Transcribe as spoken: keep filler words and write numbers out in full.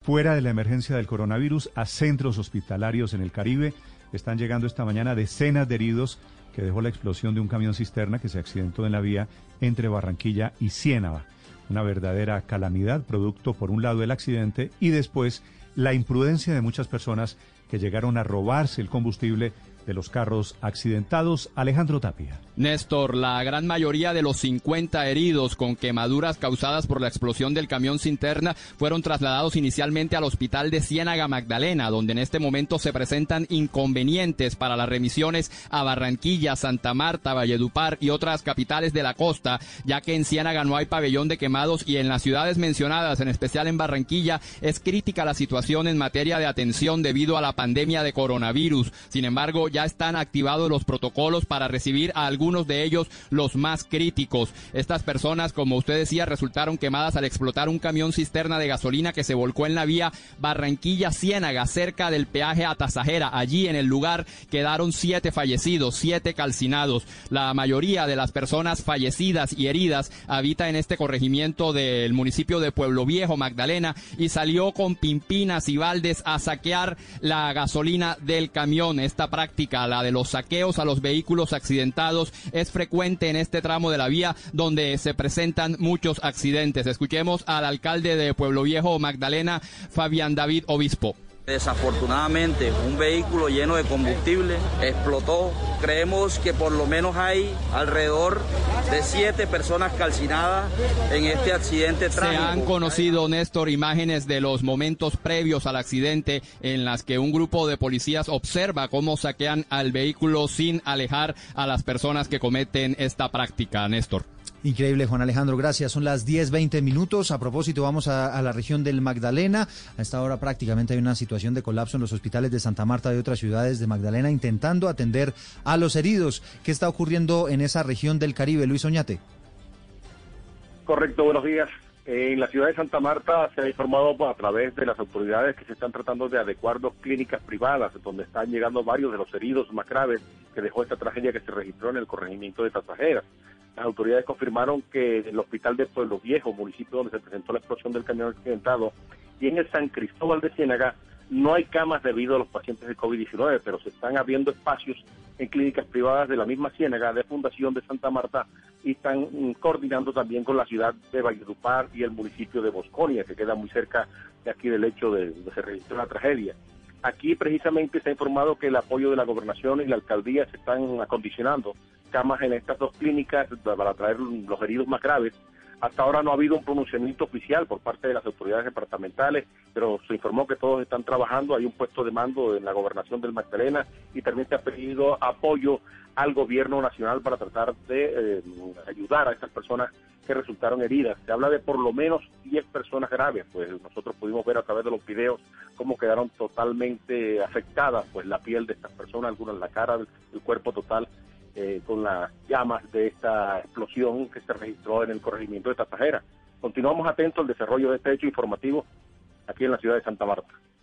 Fuera de la emergencia del coronavirus, a centros hospitalarios en el Caribe están llegando esta mañana decenas de heridos que dejó la explosión de un camión cisterna que se accidentó en la vía entre Barranquilla y Ciénaga. Una verdadera calamidad, producto por un lado del accidente y después la imprudencia de muchas personas que llegaron a robarse el combustible de los carros accidentados. Alejandro Tapia. Néstor, la gran mayoría de los cincuenta heridos con quemaduras causadas por la explosión del camión cisterna fueron trasladados inicialmente al hospital de Ciénaga Magdalena, donde en este momento se presentan inconvenientes para las remisiones a Barranquilla, Santa Marta, Valledupar y otras capitales de la costa, ya que en Ciénaga no hay pabellón de quemados y en las ciudades mencionadas, en especial en Barranquilla, es crítica la situación en materia de atención debido a la pandemia de coronavirus. Sin embargo, ya están activados los protocolos para recibir a algunos de ellos, los más críticos. Estas personas, como usted decía, resultaron quemadas al explotar un camión cisterna de gasolina que se volcó en la vía Barranquilla-Ciénaga, cerca del peaje a Tasajera. Allí en el lugar quedaron siete fallecidos, siete calcinados. La mayoría de las personas fallecidas y heridas habita en este corregimiento del municipio de Pueblo Viejo, Magdalena, y salió con pimpinas y baldes a saquear la gasolina del camión. Esta práctica, la de los saqueos a los vehículos accidentados, es frecuente en este tramo de la vía donde se presentan muchos accidentes. Escuchemos al alcalde de Pueblo Viejo, Magdalena, Fabián David Obispo. Desafortunadamente, un vehículo lleno de combustible explotó. Creemos que por lo menos hay alrededor de siete personas calcinadas en este accidente trágico. Se han conocido, Néstor, imágenes de los momentos previos al accidente en las que un grupo de policías observa cómo saquean al vehículo sin alejar a las personas que cometen esta práctica, Néstor. Increíble, Juan Alejandro, gracias. Son las diez veinte minutos. A propósito, vamos a, a la región del Magdalena. A esta hora prácticamente hay una situación de colapso en los hospitales de Santa Marta y otras ciudades de Magdalena, intentando atender a los heridos. ¿Qué está ocurriendo en esa región del Caribe, Luis Oñate? Correcto, buenos días. En la ciudad de Santa Marta se ha informado a través de las autoridades que se están tratando de adecuar dos clínicas privadas, donde están llegando varios de los heridos más graves que dejó esta tragedia que se registró en el corregimiento de Tasajera. Las autoridades confirmaron que el hospital de Pueblo Viejo, municipio donde se presentó la explosión del camión accidentado, y en el San Cristóbal de Ciénaga no hay camas debido a los pacientes de COVID diecinueve, pero se están abriendo espacios en clínicas privadas de la misma Ciénaga, de Fundación de Santa Marta, y están mm, coordinando también con la ciudad de Valledupar y el municipio de Bosconia, que queda muy cerca de aquí del hecho de donde se registró la tragedia. Aquí precisamente se ha informado que el apoyo de la gobernación y la alcaldía se están acondicionando camas en estas dos clínicas para traer los heridos más graves. Hasta ahora no ha habido un pronunciamiento oficial por parte de las autoridades departamentales, pero se informó que todos están trabajando. Hay un puesto de mando en la gobernación del Magdalena y también se ha pedido apoyo al gobierno nacional para tratar de eh, ayudar a estas personas que resultaron heridas. Se habla de por lo menos diez personas graves, pues nosotros pudimos ver a través de los videos cómo quedaron totalmente afectadas, pues la piel de estas personas, algunas la cara, el cuerpo total, eh, con las llamas de esta explosión que se registró en el corregimiento de Tasajera. Continuamos atentos al desarrollo de este hecho informativo aquí en la ciudad de Santa Marta.